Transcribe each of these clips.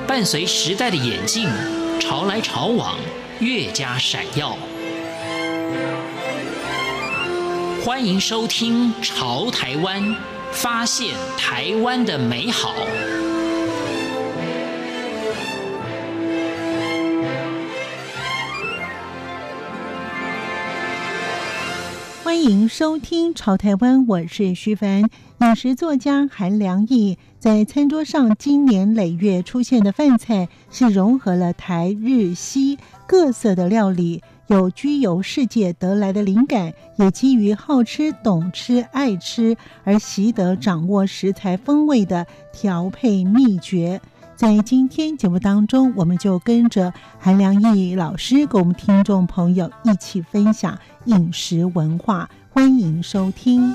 伴随时代的演进，潮来潮往，越加闪耀。欢迎收听《潮台湾》，发现台湾的美好。 欢迎收听《潮台湾》，我是徐凡。饮食作家韩良义在餐桌上经年累月出现的饭菜，是融合了台日西各色的料理，有居游世界得来的灵感，也基于好吃、懂吃、爱吃而习得掌握食材风味的调配秘诀。在今天节目当中，我们就跟着韩良义老师跟我们听众朋友一起分享饮食文化，欢迎收听。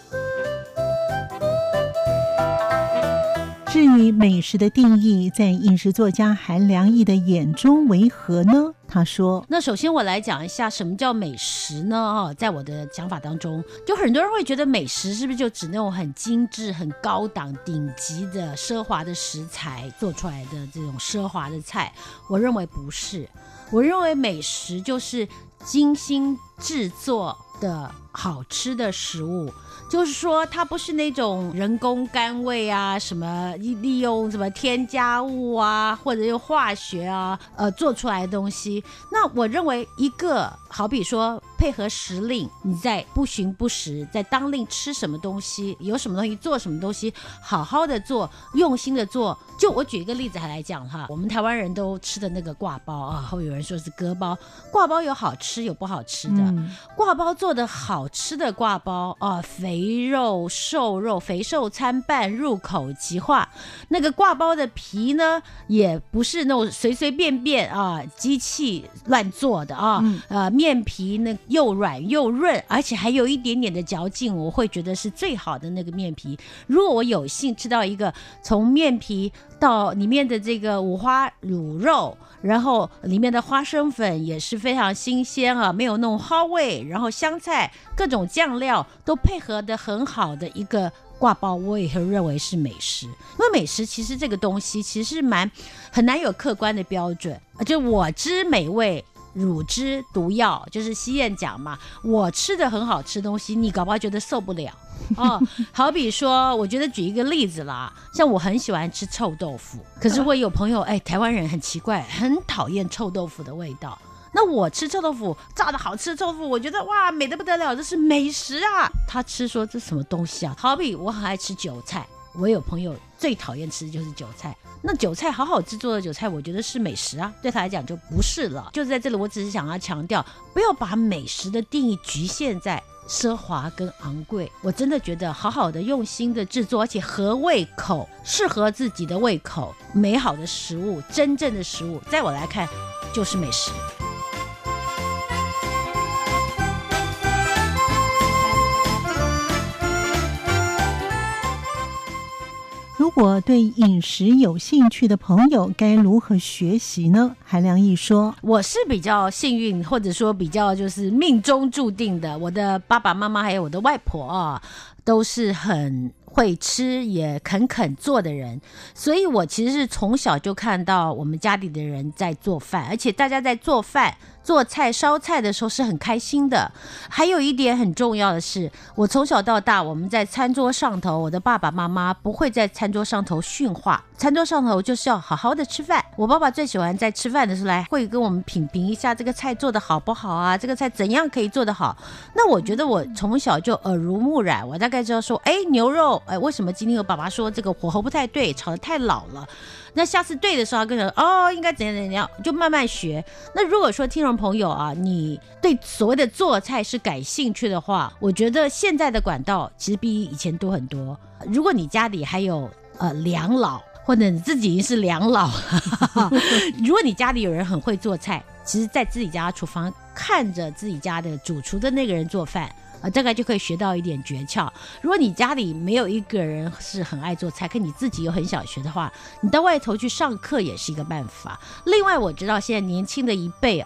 至于美食的定义，在饮食作家韩良义的眼中为何呢？他说， 那首先我来讲一下什么叫美食呢？在我的想法当中，就很多人会觉得美食是不是就指那种很精致、很高档、顶级的奢华的食材做出来的这种奢华的菜？我认为不是，我认为美食就是精心制作的好吃的食物。就是说它不是那种人工甘味啊，什么利用什么添加物啊，或者用化学啊做出来的东西。那我认为一个好比说配合时令，你在不旬不时，在当令吃什么东西，有什么东西做什么东西，好好的做，用心的做。就我举一个例子来讲哈，我们台湾人都吃的那个刈包啊，后有人说是割包，刈包有好吃有不好吃的。刈包做的好吃的刈包啊，肥肉瘦肉，肥瘦参半，入口即化。那个刈包的皮呢，也不是那种随随便便啊机器乱做的啊，面皮那又软又润，而且还有一点点的嚼劲，我会觉得是最好的那个面皮。如果我有幸吃到一个从面皮到里面的这个五花卤肉，然后里面的花生粉也是非常新鲜啊，没有那种蒿味，然后香菜各种酱料都配合的很好的一个刈包，我也会认为是美食。因为美食其实这个东西其实很难有客观的标准，就我知美味汝之毒药，就是西谚讲嘛，我吃的很好吃东西，你搞不好觉得受不了好比说，我觉得举一个例子啦，像我很喜欢吃臭豆腐，可是会有朋友台湾人很奇怪，很讨厌臭豆腐的味道。那我吃臭豆腐，炸的好吃的臭豆腐，我觉得哇美得不得了，这是美食啊。他吃说这什么东西啊？好比我很爱吃韭菜，我有朋友最讨厌吃的就是韭菜。那韭菜好好制作的韭菜，我觉得是美食啊，对他来讲就不是了。就是在这里，我只是想要强调，不要把美食的定义局限在奢华跟昂贵。我真的觉得好好的用心的制作，而且合胃口，适合自己的胃口，美好的食物，真正的食物，在我来看就是美食。 如果对饮食有兴趣的朋友该如何学习呢？韩良义说， 我是比较幸运，或者说比较就是命中注定的，我的爸爸妈妈还有我的外婆啊，都是很会吃也肯做的人，所以我其实是从小就看到我们家里的人在做饭，而且大家在做饭做菜烧菜的时候是很开心的。还有一点很重要的是，我从小到大我们在餐桌上头，我的爸爸妈妈不会在餐桌上头训话，餐桌上头就是要好好的吃饭。我爸爸最喜欢在吃饭的时候来会跟我们品评一下这个菜做得好不好啊，这个菜怎样可以做得好。那我觉得我从小就耳濡目染，我大概知道说牛肉为什么今天我爸爸说这个火候不太对，炒得太老了，那下次对的时候跟人应该怎样怎样，就慢慢学。那如果说听众朋友啊，你对所谓的做菜是感兴趣的话，我觉得现在的管道其实比以前多很多。如果你家里还有两老，或者你自己已经是两老如果你家里有人很会做菜，其实在自己家厨房看着自己家的主厨的那个人做饭，大概就可以学到一点诀窍。如果你家里没有一个人是很爱做菜，可你自己又很想学的话，你到外头去上课也是一个办法。另外我知道现在年轻的一辈啊，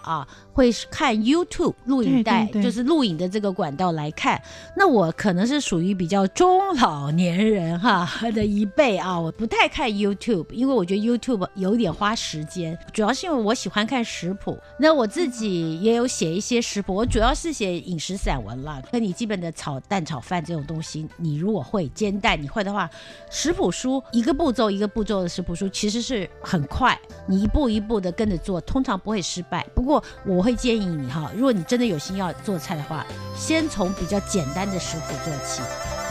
会看 YouTube 录影带， 对对对， 就是录影的这个管道来看。那我可能是属于比较中老年人的一辈啊，我不太看 YouTube， 因为我觉得 YouTube 有点花时间，主要是因为我喜欢看食谱。那我自己也有写一些食谱，我主要是写饮食散文啦，跟你基本的炒蛋炒饭这种东西，你如果会煎蛋，你会的话，食谱书一个步骤一个步骤的食谱书其实是很快，你一步一步的跟着做，通常不会失败。不过我会建议你如果你真的有心要做菜的话，先从比较简单的食谱做起。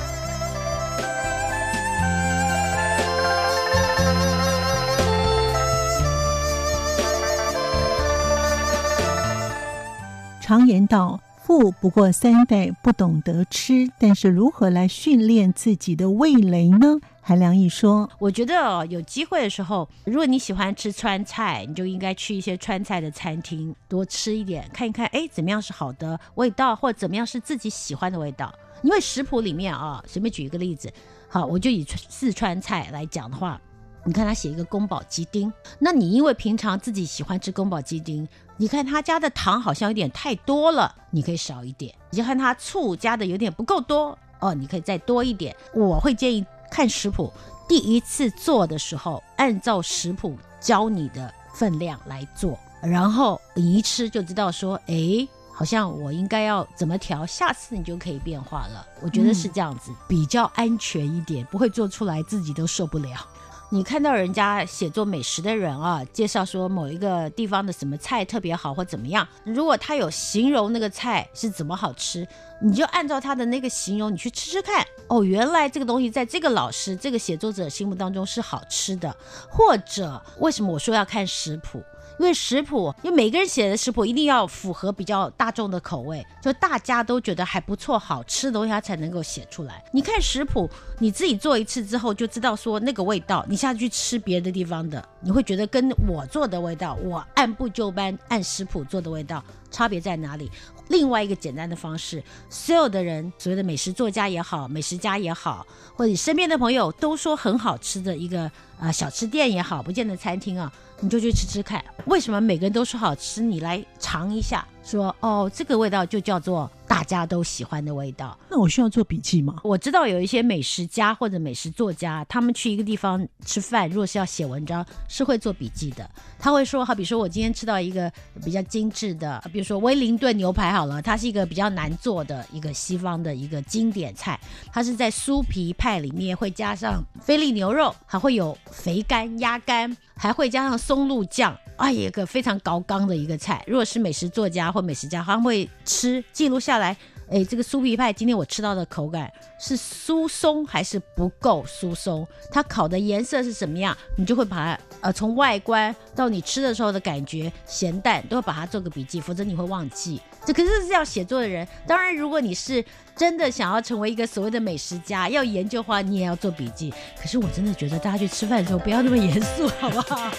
常言道，富不过三代，不懂得吃，但是如何来训练自己的味蕾呢？韩良义说， 我觉得有机会的时候，如果你喜欢吃川菜，你就应该去一些川菜的餐厅多吃一点，看一看怎么样是好的味道，或者怎么样是自己喜欢的味道。因为食谱里面随便举一个例子，好，我就以四川菜来讲的话，你看他写一个宫保鸡丁，那你因为平常自己喜欢吃宫保鸡丁，你看他加的糖好像有点太多了，你可以少一点；你看他醋加的有点不够多你可以再多一点。我会建议看食谱，第一次做的时候按照食谱教你的分量来做，然后你一吃就知道说好像我应该要怎么调，下次你就可以变化了。我觉得是这样子，比较安全一点，不会做出来自己都受不了。你看到人家写作美食的人介绍说某一个地方的什么菜特别好或怎么样，如果他有形容那个菜是怎么好吃，你就按照他的那个形容你去吃吃看，原来这个东西在这个老师这个写作者心目当中是好吃的。或者为什么我说要看食谱，因为食谱，因为每个人写的食谱一定要符合比较大众的口味，就大家都觉得还不错好吃的东西他才能够写出来。你看食谱你自己做一次之后就知道说那个味道，你下去吃别的地方的，你会觉得跟我做的味道，我按部就班按食谱做的味道差别在哪里。另外一个简单的方式，所有的人，所谓的美食作家也好，美食家也好，或者你身边的朋友都说很好吃的一个小吃店也好，不见得餐厅你就去吃吃看。为什么每个人都说好吃，你来尝一下，说这个味道就叫做大家都喜欢的味道。 那我需要做笔记吗？ 我知道有一些美食家或者美食作家，他们去一个地方吃饭，如果是要写文章是会做笔记的。他会说，好比说我今天吃到一个比较精致的，比如说威灵顿牛排好了，它是一个比较难做的一个西方的一个经典菜，它是在酥皮派里面会加上菲力牛肉，还会有肥肝鸭肝，还会加上松露酱，一个非常高纲的一个菜。如果是美食作家或美食家，他们会吃记录下来，这个酥皮派今天我吃到的口感是酥松还是不够酥松，它烤的颜色是什么样，你就会把它从外观到你吃的时候的感觉咸淡都会把它做个笔记，否则你会忘记。这可是要写作的人，当然如果你是真的想要成为一个所谓的美食家要研究的话，你也要做笔记。可是我真的觉得大家去吃饭的时候不要那么严肃，好不好？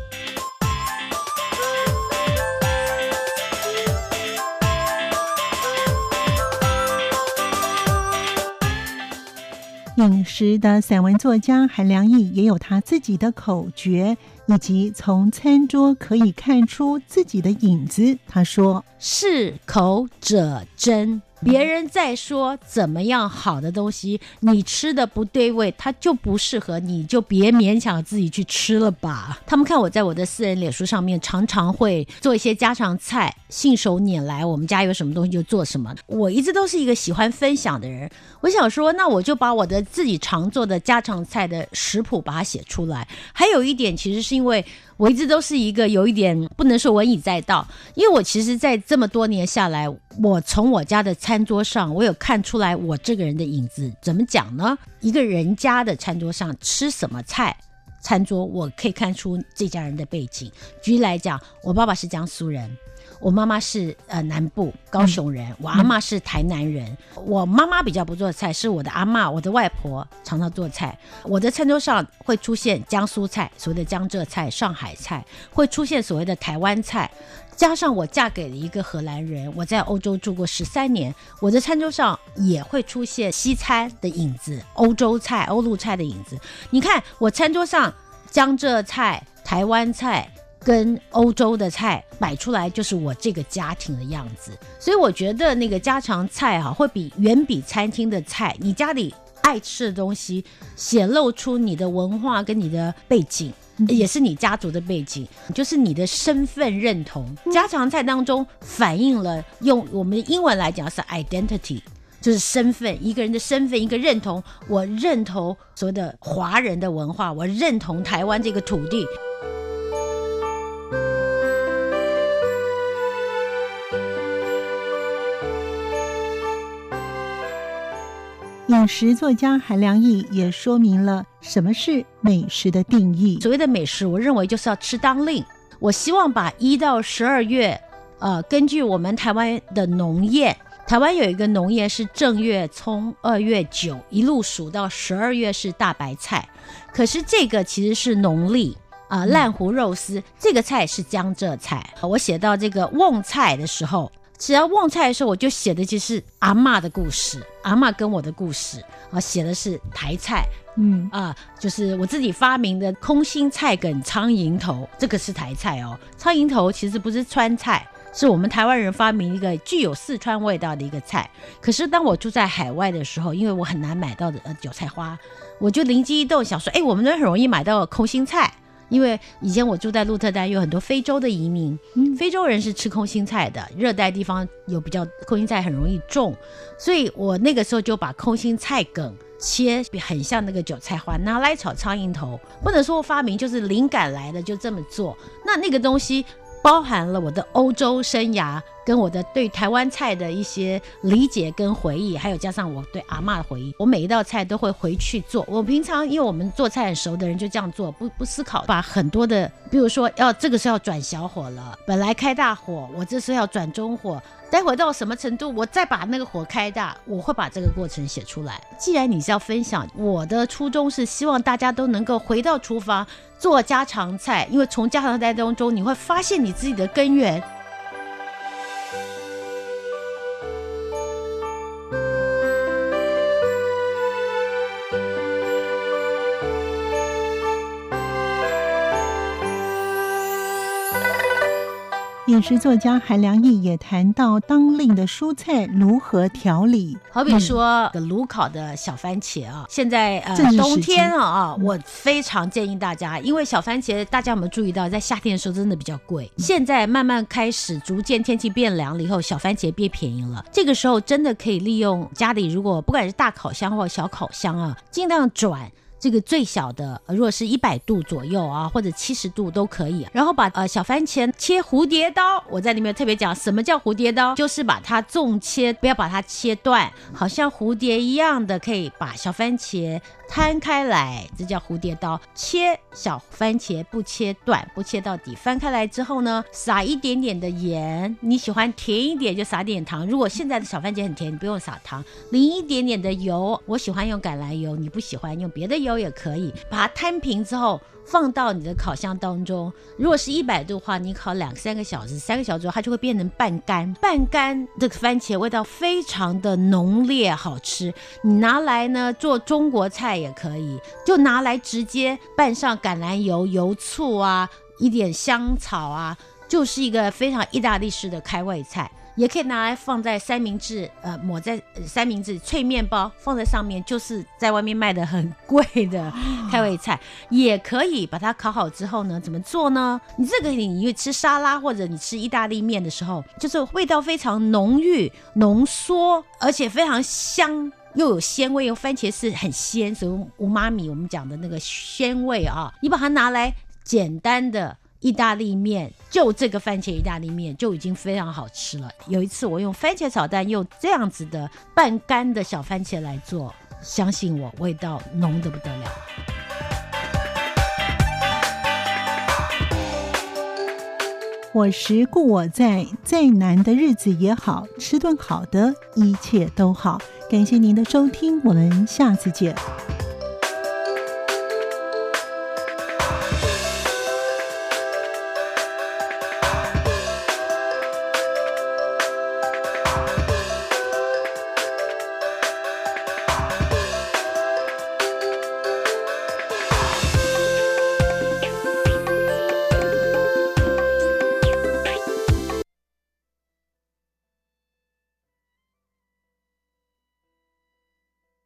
饮食的散文作家韩良义也有他自己的口诀，以及从餐桌可以看出自己的影子。他说， 适口者真，别人在说怎么样好的东西，你吃的不对味，它就不适合你，就别勉强自己去吃了吧。他们看我在我的私人脸书上面常常会做一些家常菜，信手拈来，我们家有什么东西就做什么。我一直都是一个喜欢分享的人，我想说那我就把我的自己常做的家常菜的食谱把它写出来。还有一点其实是因为我一直都是一个有一点不能说文以载道，因为我其实在这么多年下来，我从我家的餐桌上我有看出来我这个人的影子。怎么讲呢？一个人家的餐桌上吃什么菜，餐桌我可以看出这家人的背景。举例来讲，我爸爸是江苏人，我妈妈是南部高雄人，我阿嬷是台南人。我妈妈比较不做菜，是我的阿嬷我的外婆常常做菜。我的餐桌上会出现江苏菜，所谓的江浙菜、上海菜，会出现所谓的台湾菜，加上我嫁给了一个荷兰人，我在欧洲住过13年，我的餐桌上也会出现西餐的影子，欧洲菜、欧陆菜的影子。你看我餐桌上江浙菜、台湾菜、 跟欧洲的菜摆出来就是我这个家庭的样子。所以我觉得那个家常菜会远比餐厅的菜，你家里爱吃的东西显露出你的文化跟你的背景，也是你家族的背景，就是你的身份认同。家常菜当中反映了，用我们的英文来讲是 identity， 就是身份，一个人的身份，一个认同。我认同所谓的华人的文化，我认同台湾这个土地。 饮食作家韩良忆也说明了什么是美食的定义。 所谓的美食，我认为就是要吃当令。我希望把1到12月，根据我们台湾的农业，台湾有一个农业是正月从2月9一路数到12月是大白菜，可是这个其实是农历烂糊肉丝，这个菜是江浙菜。我写到这个瓮菜的时候，写到瓮菜的时候，我就写的就是阿嬷的故事，阿嬷跟我的故事写的是台菜。就是我自己发明的空心菜梗苍蝇头，这个是台菜哦。苍蝇头其实不是川菜，是我们台湾人发明一个具有四川味道的一个菜。可是当我住在海外的时候，因为我很难买到的韭菜花，我就灵机一动想说，我们那很容易买到空心菜。因为以前我住在鹿特丹，有很多非洲的移民，非洲人是吃空心菜的，热带地方有比较空心菜很容易种，所以我那个时候就把空心菜梗切很像那个韭菜花，拿来炒苍蝇头。不能说发明，就是灵感来的就这么做。那个东西包含了我的欧洲生涯跟我的对台湾菜的一些理解跟回忆，还有加上我对阿嬷的回忆。我每一道菜都会回去做。我平常因为我们做菜很熟的人就这样做，不思考，把很多的，比如说这个是要转小火了，本来开大火，我这是要转中火，待会到什么程度我再把那个火开大，我会把这个过程写出来。既然你是要分享，我的初衷是希望大家都能够回到厨房做家常菜，因为从家常菜当中你会发现你自己的根源。 饮食作家韩良忆也谈到当令的蔬菜如何调理， 好比说炉烤的小番茄现在冬天我非常建议大家，因为小番茄大家有没有注意到，在夏天的时候真的比较贵，现在慢慢开始逐渐天气变凉了以后，小番茄变便宜了。这个时候真的可以利用家里，如果不管是大烤箱或小烤箱尽量转这个最小的，如果是100度左右或者70度都可以。然后把小番茄切蝴蝶刀，我在里面特别讲什么叫蝴蝶刀，就是把它纵切，不要把它切断，好像蝴蝶一样的，可以把小番茄摊开来，这叫蝴蝶刀。切小番茄不切断，不切到底，翻开来之后呢，撒一点点的盐，你喜欢甜一点就撒点糖，如果现在的小番茄很甜，你不用撒糖，淋一点点的油，我喜欢用橄榄油，你不喜欢用别的油也可以。把它摊平之后放到你的烤箱当中，如果是100度的话，你烤2-3个小时，3个小时之后它就会变成半干。半干的番茄味道非常的浓烈好吃，你拿来呢做中国菜也可以，就拿来直接拌上橄榄油、油醋一点香草就是一个非常意大利式的开胃菜。也可以拿来放在三明治，抹在三明治脆面包放在上面，就是在外面卖的很贵的开胃菜。也可以把它烤好之后呢，怎么做呢？你这个你吃沙拉或者你吃意大利面的时候，就是味道非常浓郁浓缩，而且非常香又有鲜味，番茄是很鲜，所以无妈咪我们讲的那个鲜味你把它拿来简单的意大利面，就这个番茄意大利面就已经非常好吃了。有一次我用番茄炒蛋，用这样子的半干的小番茄来做，相信我，味道浓得不得了。 我食故我在，再难的日子也好，吃顿好的，一切都好。感谢您的收听，我们下次见。